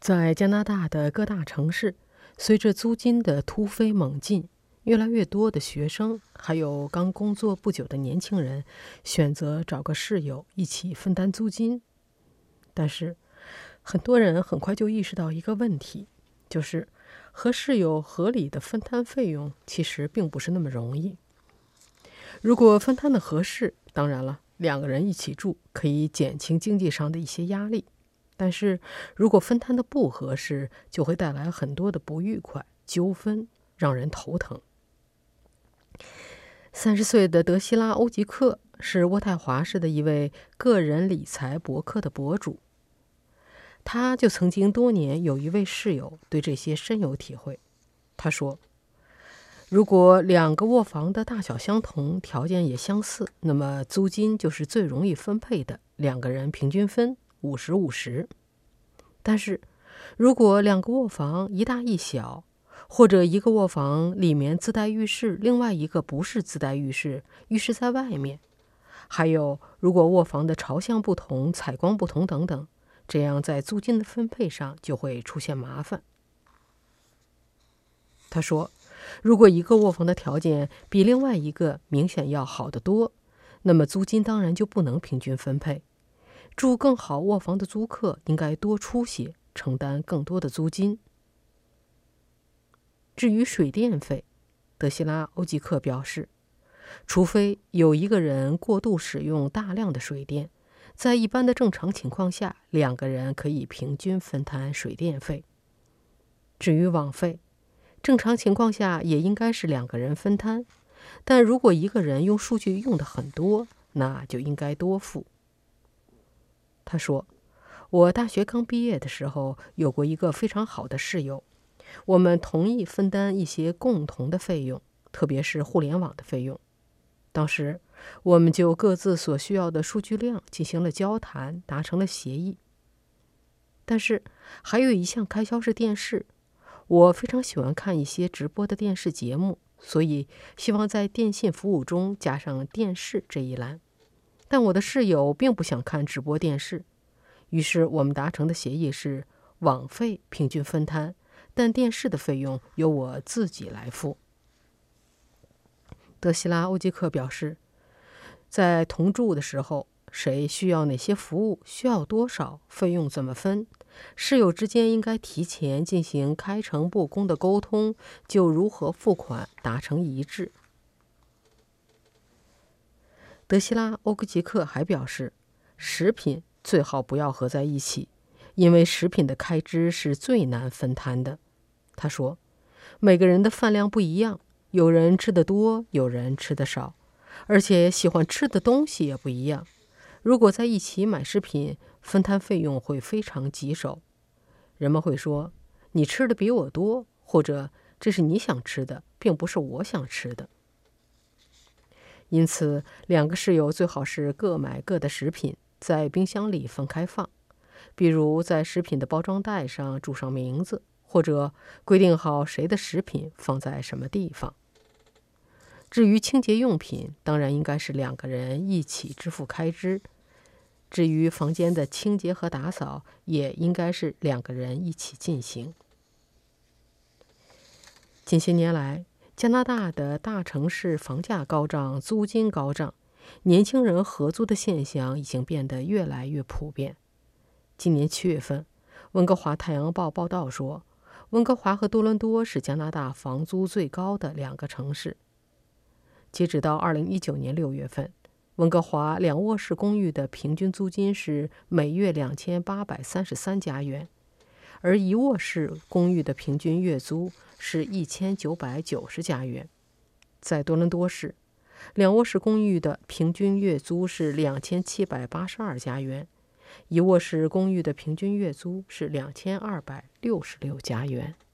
在加拿大的各大城市，随着租金的突飞猛进，越来越多的学生还有刚工作不久的年轻人选择找个室友一起分担租金。但是，很多人很快就意识到一个问题，就是和室友合理的分摊费用其实并不是那么容易。如果分摊的合适，当然了，两个人一起住可以减轻经济上的一些压力。但是如果分摊的不合适，就会带来很多的不愉快、纠纷，让人头疼。30岁的德希拉·欧吉克是渥太华市的一位个人理财博客的博主，他就曾经多年有一位室友对这些深有体会。他说，如果两个卧房的大小相同，条件也相似，那么租金就是最容易分配的，两个人平均分50-50。但是如果两个卧房一大一小，或者一个卧房里面自带浴室，另外一个不是自带浴室，浴室在外面，还有如果卧房的朝向不同、采光不同等等，这样在租金的分配上就会出现麻烦。他说，如果一个卧房的条件比另外一个明显要好得多，那么租金当然就不能平均分配。住更好卧房的租客应该多出些，承担更多的租金。至于水电费，德希拉·欧吉克表示，除非有一个人过度使用大量的水电，在一般的正常情况下，两个人可以平均分摊水电费。至于网费，正常情况下也应该是两个人分摊，但如果一个人用数据用的很多，那就应该多付。他说，我大学刚毕业的时候有过一个非常好的室友，我们同意分担一些共同的费用，特别是互联网的费用。当时我们就各自所需要的数据量进行了交谈，达成了协议。但是还有一项开销是电视，我非常喜欢看一些直播的电视节目，所以希望在电信服务中加上电视这一栏。但我的室友并不想看直播电视，于是我们达成的协议是网费平均分摊，但电视的费用由我自己来付。德希拉·欧吉克表示，在同住的时候，谁需要哪些服务，需要多少，费用怎么分，室友之间应该提前进行开诚布公的沟通，就如何付款达成一致。德希拉·欧吉克还表示，食品最好不要合在一起，因为食品的开支是最难分摊的。他说，每个人的饭量不一样，有人吃得多，有人吃得少，而且喜欢吃的东西也不一样。如果在一起买食品，分摊费用会非常棘手。人们会说，你吃的比我多，或者这是你想吃的，并不是我想吃的。因此，两个室友最好是各买各的食品，在冰箱里分开放，比如在食品的包装袋上注上名字，或者规定好谁的食品放在什么地方。至于清洁用品，当然应该是两个人一起支付开支。至于房间的清洁和打扫，也应该是两个人一起进行。近些年来，加拿大的大城市房价高涨，租金高涨，年轻人合租的现象已经变得越来越普遍。今年7月份，温哥华太阳报报道说，温哥华和多伦多是加拿大房租最高的两个城市。截止到2019年6月份，温哥华2卧室公寓的平均租金是每月2833加元，而1卧室公寓的平均月租是1990加元。在多伦多市，2卧室公寓的平均月租是2782加元，1卧室公寓的平均月租是2266加元。